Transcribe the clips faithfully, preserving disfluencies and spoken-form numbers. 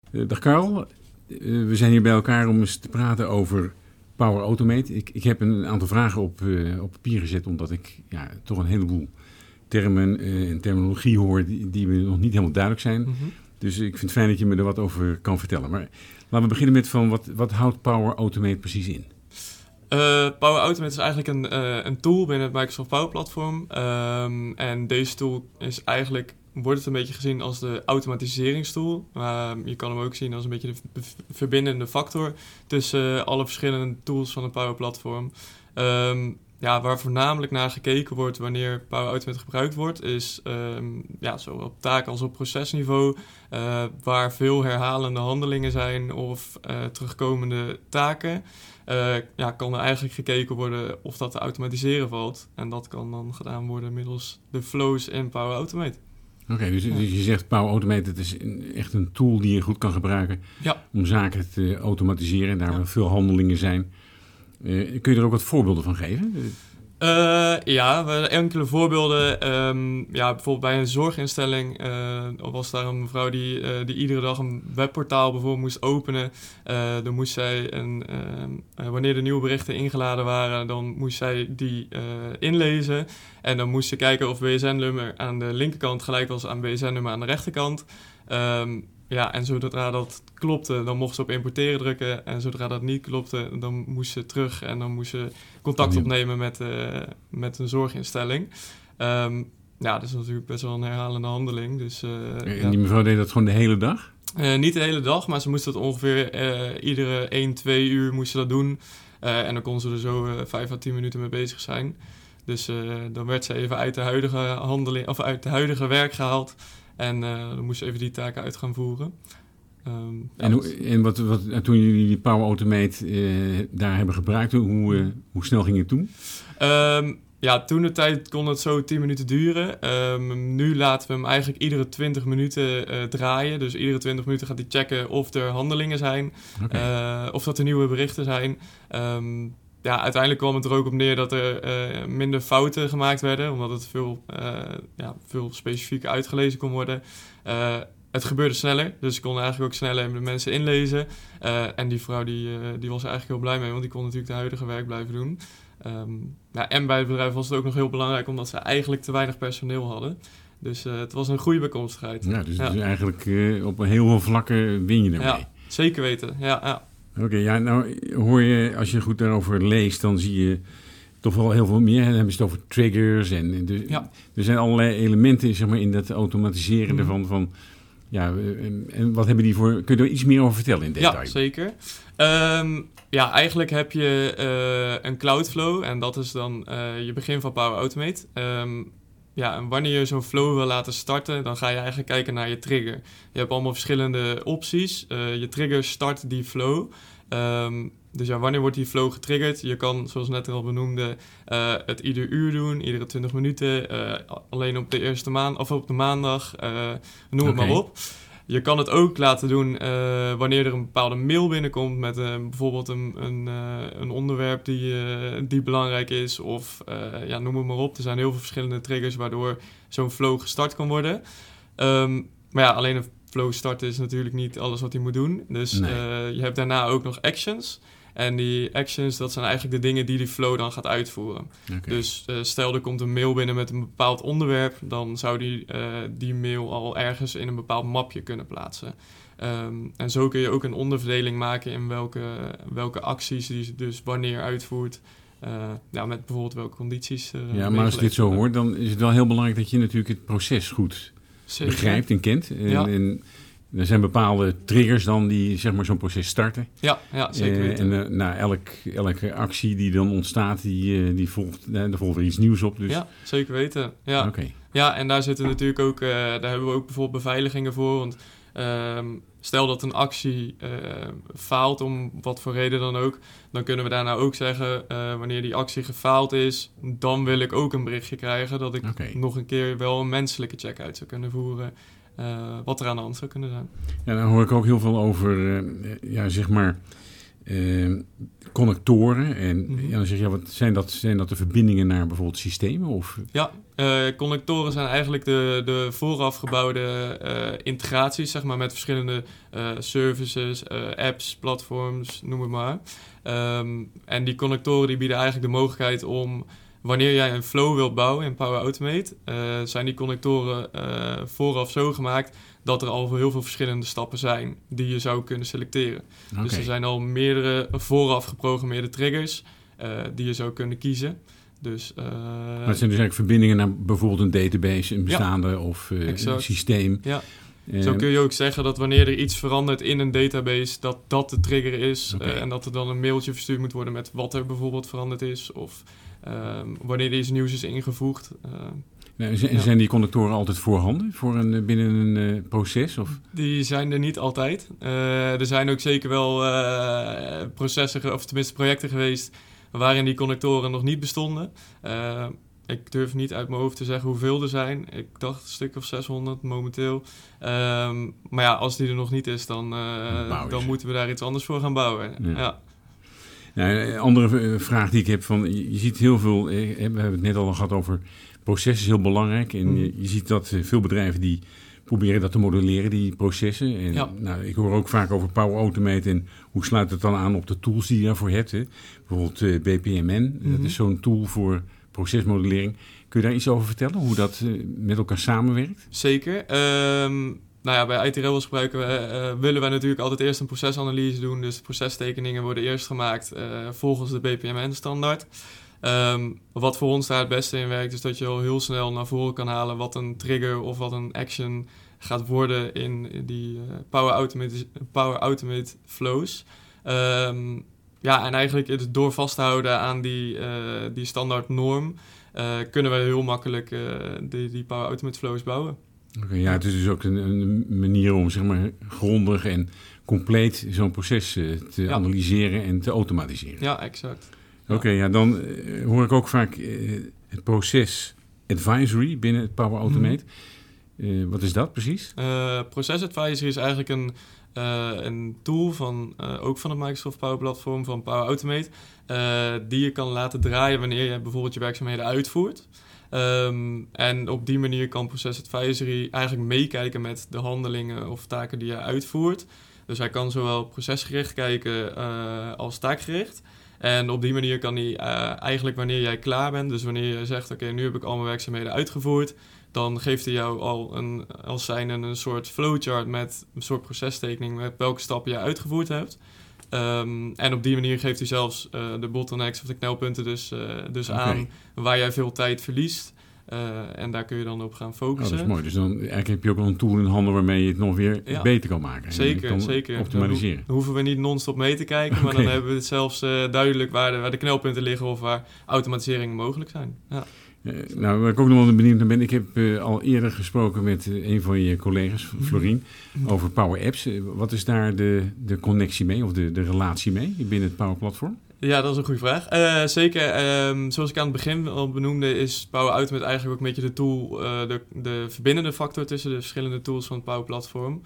Uh, dag Karl, uh, we zijn hier bij elkaar om eens te praten over Power Automate. Ik, ik heb een aantal vragen op, uh, op papier gezet, omdat ik ja, toch een heleboel termen uh, en terminologie hoor die, die me nog niet helemaal duidelijk zijn. Mm-hmm. Dus ik vind het fijn dat je me er wat over kan vertellen. Maar laten we beginnen met van wat, wat houdt Power Automate precies in? Uh, Power Automate is eigenlijk een, uh, een tool binnen het Microsoft Power Platform. Um, en deze tool is eigenlijk, wordt het een beetje gezien als de automatiseringstool. Uh, je kan hem ook zien als een beetje de v- verbindende factor tussen uh, alle verschillende tools van het Power Platform. Um, ja, waar voornamelijk naar gekeken wordt wanneer Power Automate gebruikt wordt, is um, ja, zowel op taak- als op procesniveau, uh, waar veel herhalende handelingen zijn of uh, terugkomende taken. Uh, ja, kan er eigenlijk gekeken worden of dat te automatiseren valt. En dat kan dan gedaan worden middels de flows in Power Automate. Oké, okay, dus, ja. dus je zegt Power Automate, het is een, echt een tool die je goed kan gebruiken ja. om zaken te automatiseren. En daar ja. veel handelingen zijn. Uh, kun je er ook wat voorbeelden van geven? Uh, ja, we hebben enkele voorbeelden. Um, ja, bijvoorbeeld bij een zorginstelling uh, was daar een mevrouw die, uh, die iedere dag een webportaal bijvoorbeeld moest openen. Uh, dan moest zij, een, uh, uh, wanneer de nieuwe berichten ingeladen waren, dan moest zij die uh, inlezen. En dan moest ze kijken of B S N-nummer aan de linkerkant gelijk was aan B S N-nummer aan de rechterkant. Um, Ja, en zodra dat klopte, dan mocht ze op importeren drukken. En zodra dat niet klopte, dan moest ze terug en dan moest ze contact opnemen met, uh, met een zorginstelling. Um, ja, dat is natuurlijk best wel een herhalende handeling. Dus, uh, en ja. die mevrouw deed dat gewoon de hele dag? Uh, niet de hele dag, maar ze moest dat ongeveer uh, iedere één, twee uur moest ze dat doen. Uh, en dan kon ze er zo uh, vijf à tien minuten mee bezig zijn. Dus uh, dan werd ze even uit de huidige handeling, of uit de huidige werk gehaald. En uh, dan moest je even die taken uit gaan voeren. Um, en hoe, en wat, wat, toen jullie die Power Automate uh, daar hebben gebruikt, hoe, uh, hoe snel ging het toen? Um, ja, toen de tijd kon het zo tien minuten duren. Um, nu laten we hem eigenlijk iedere twintig minuten uh, draaien. Dus iedere twintig minuten gaat hij checken of er handelingen zijn. Okay. Uh, of dat er nieuwe berichten zijn. Um, Ja, uiteindelijk kwam het er ook op neer dat er uh, minder fouten gemaakt werden, omdat het veel, uh, ja, veel specifieker uitgelezen kon worden. Uh, het gebeurde sneller, dus ik kon eigenlijk ook sneller de mensen inlezen. Uh, en die vrouw die, uh, die was er eigenlijk heel blij mee, want die kon natuurlijk de huidige werk blijven doen. Um, ja, en bij het bedrijf was het ook nog heel belangrijk, omdat ze eigenlijk te weinig personeel hadden. Dus uh, het was een goede bijkomstigheid. Ja, dus, ja. dus eigenlijk uh, op heel veel vlakken win je ermee. Ja, zeker weten, ja, ja. Oké, okay, ja, nou hoor je, als je goed daarover leest, dan zie je toch wel heel veel meer. Dan hebben ze het over triggers en dus, ja. er zijn allerlei elementen, zeg maar, in dat automatiseren mm. ervan. Van, ja, en wat hebben die voor? Kun je er iets meer over vertellen in detail? Ja, zeker. Um, ja, eigenlijk heb je uh, een Cloudflow en dat is dan uh, je begin van Power Automate. Um, Ja, en wanneer je zo'n flow wil laten starten, dan ga je eigenlijk kijken naar je trigger. Je hebt allemaal verschillende opties. Uh, je trigger start die flow. Um, dus ja, wanneer wordt die flow getriggerd? Je kan, zoals net al benoemde, uh, het ieder uur doen, iedere twintig minuten. Uh, alleen op de eerste maand of op de maandag, uh, noem okay. het maar op. Je kan het ook laten doen uh, wanneer er een bepaalde mail binnenkomt met uh, bijvoorbeeld een, een, uh, een onderwerp die, uh, die belangrijk is. Of uh, ja, noem het maar op. Er zijn heel veel verschillende triggers waardoor zo'n flow gestart kan worden. Um, maar ja, alleen een flow starten is natuurlijk niet alles wat hij moet doen. Dus nee. uh, je hebt daarna ook nog actions. En die actions, dat zijn eigenlijk de dingen die die flow dan gaat uitvoeren. Okay. Dus uh, stel er komt een mail binnen met een bepaald onderwerp, dan zou die, uh, die mail al ergens in een bepaald mapje kunnen plaatsen. Um, en zo kun je ook een onderverdeling maken in welke, welke acties die dus wanneer uitvoert. Uh, ja, met bijvoorbeeld welke condities. Uh, ja, maar als ik dit zo hoor, dan is het wel heel belangrijk dat je natuurlijk het proces goed Zeker. begrijpt en kent. En, ja. en, Er zijn bepaalde triggers dan die, zeg maar, zo'n proces starten. Ja, ja zeker weten. Uh, en uh, nou, elk, elke actie die dan ontstaat, die, uh, die volgt, uh, daar volgt er iets nieuws op. Dus. Ja, zeker weten. Ja. Okay. Ja, en daar zitten natuurlijk ook, uh, daar hebben we ook bijvoorbeeld beveiligingen voor. Want uh, stel dat een actie uh, faalt, om wat voor reden dan ook, dan kunnen we daarna ook zeggen, uh, wanneer die actie gefaald is, dan wil ik ook een berichtje krijgen dat ik okay. nog een keer wel een menselijke check uit zou kunnen voeren. Uh, wat er aan de hand zou kunnen zijn. Ja, daar hoor ik ook heel veel over, uh, ja, zeg maar, uh, connectoren. En Mm-hmm. ja, dan zeg je, ja, wat zijn dat, zijn dat de verbindingen naar bijvoorbeeld systemen? Of? Ja, uh, connectoren zijn eigenlijk de, de voorafgebouwde uh, integraties, zeg maar, met verschillende uh, services, uh, apps, platforms, noem het maar. Um, en die connectoren die bieden eigenlijk de mogelijkheid om, wanneer jij een flow wilt bouwen in Power Automate, uh, zijn die connectoren uh, vooraf zo gemaakt dat er al heel veel verschillende stappen zijn die je zou kunnen selecteren. Okay. Dus er zijn al meerdere vooraf geprogrammeerde triggers uh, die je zou kunnen kiezen. Dus, uh, maar het zijn dus eigenlijk verbindingen naar bijvoorbeeld een database, een bestaande ja, of uh, een systeem. Ja. Uh, Zo kun je ook zeggen dat wanneer er iets verandert in een database, dat dat de trigger is. Okay. Uh, en dat er dan een mailtje verstuurd moet worden met wat er bijvoorbeeld veranderd is. Of uh, wanneer er iets nieuws is ingevoegd. Uh, Nou, zijn, ja. zijn die connectoren altijd voorhanden voor een, binnen een uh, proces? Of? Die zijn er niet altijd. Uh, er zijn ook zeker wel uh, processen, of tenminste projecten geweest waarin die connectoren nog niet bestonden. Uh, ik durf niet uit mijn hoofd te zeggen hoeveel er zijn. Ik dacht een stuk of zeshonderd momenteel. Um, maar ja, als die er nog niet is, dan, uh, dan moeten we daar iets anders voor gaan bouwen. Ja. Ja. Nou, een andere vraag die ik heb, van, je, je ziet heel veel, we hebben het net al gehad over processen, is heel belangrijk. En mm. je, je ziet dat veel bedrijven die proberen dat te modelleren, die processen. En ja. nou, ik hoor ook vaak over Power Automate en hoe sluit het dan aan op de tools die je daarvoor hebt. Hè? Bijvoorbeeld uh, B P M N, mm-hmm. dat is zo'n tool voor procesmodellering. Kun je daar iets over vertellen, hoe dat uh, met elkaar samenwerkt? Zeker. Um... Nou ja, bij I T Rebels gebruiken we, uh, willen wij natuurlijk altijd eerst een procesanalyse doen. Dus de procestekeningen worden eerst gemaakt uh, volgens de B P M N-standaard. Um, wat voor ons daar het beste in werkt, is dat je al heel snel naar voren kan halen wat een trigger of wat een action gaat worden in die uh, Power Automate, Power Automate flows. Um, ja, en eigenlijk door vast te houden aan die, uh, die standaard norm, uh, kunnen we heel makkelijk uh, die, die Power Automate flows bouwen. Okay, ja, het is dus ook een, een manier om, zeg maar, grondig en compleet zo'n proces uh, te ja. analyseren en te automatiseren. Ja, exact. Oké, okay, ja. ja, dan uh, hoor ik ook vaak uh, het proces advisory binnen het Power Automate. Mm-hmm. Uh, wat is dat precies? Uh, proces advisory is eigenlijk een, uh, een tool van, uh, ook van het Microsoft Power Platform, van Power Automate, uh, die je kan laten draaien wanneer je bijvoorbeeld je werkzaamheden uitvoert. Um, en op die manier kan Process Advisory eigenlijk meekijken met de handelingen of taken die je uitvoert. Dus hij kan zowel procesgericht kijken uh, als taakgericht. En op die manier kan hij uh, eigenlijk wanneer jij klaar bent, dus wanneer je zegt, oké, okay, nu heb ik al mijn werkzaamheden uitgevoerd, dan geeft hij jou al een, als zijn een soort flowchart met een soort procestekening met welke stappen je uitgevoerd hebt. Um, en op die manier geeft hij zelfs uh, de bottlenecks of de knelpunten dus, uh, dus okay. aan waar jij veel tijd verliest. Uh, en daar kun je dan op gaan focussen. Oh, dat is mooi. Dus dan eigenlijk heb je ook al een tool in handen waarmee je het nog weer ja. beter kan maken. Zeker, kan zeker. Optimaliseren. Dan ho- hoeven we niet non-stop mee te kijken, okay. maar dan hebben we het zelfs uh, duidelijk waar de, waar de knelpunten liggen of waar automatiseringen mogelijk zijn. Ja. Uh, nou, waar ik ook nog wel benieuwd naar ben, ik heb uh, al eerder gesproken met uh, een van je collega's, Florien, mm-hmm. over Power Apps. Uh, wat is daar de, de connectie mee of de, de relatie mee binnen het Power Platform? Ja, dat is een goede vraag. Uh, zeker, um, zoals ik aan het begin al benoemde, is Power Automate eigenlijk ook een beetje de tool, uh, de, de verbindende factor tussen de verschillende tools van het Power Platform.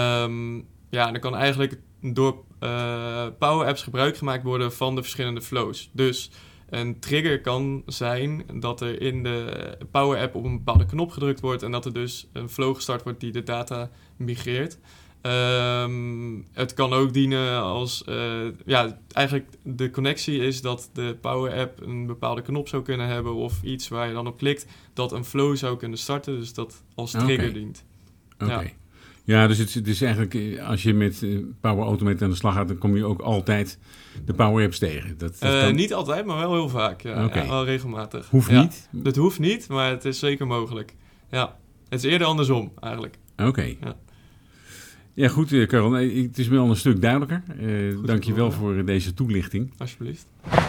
Um, ja, en er kan eigenlijk door uh, Power Apps gebruik gemaakt worden van de verschillende flows. Dus een trigger kan zijn dat er in de Power App op een bepaalde knop gedrukt wordt en dat er dus een flow gestart wordt die de data migreert. Um, het kan ook dienen als, uh, ja, eigenlijk de connectie is dat de Power App een bepaalde knop zou kunnen hebben of iets waar je dan op klikt, dat een flow zou kunnen starten, dus dat als trigger okay. dient. Oké. Okay. Ja. Ja, dus het, het is eigenlijk, als je met uh, Power Automate aan de slag gaat, dan kom je ook altijd de Power Apps tegen. Dat, dat uh, kan... Niet altijd, maar wel heel vaak. Ja, okay. ja, wel regelmatig. Hoeft ja. niet? Dat hoeft niet, maar het is zeker mogelijk. Ja, het is eerder andersom eigenlijk. Oké. Okay. Ja. Ja, goed, uh, Karel. Nee, het is wel een stuk duidelijker. Uh, dank je wel voor deze toelichting. Alsjeblieft.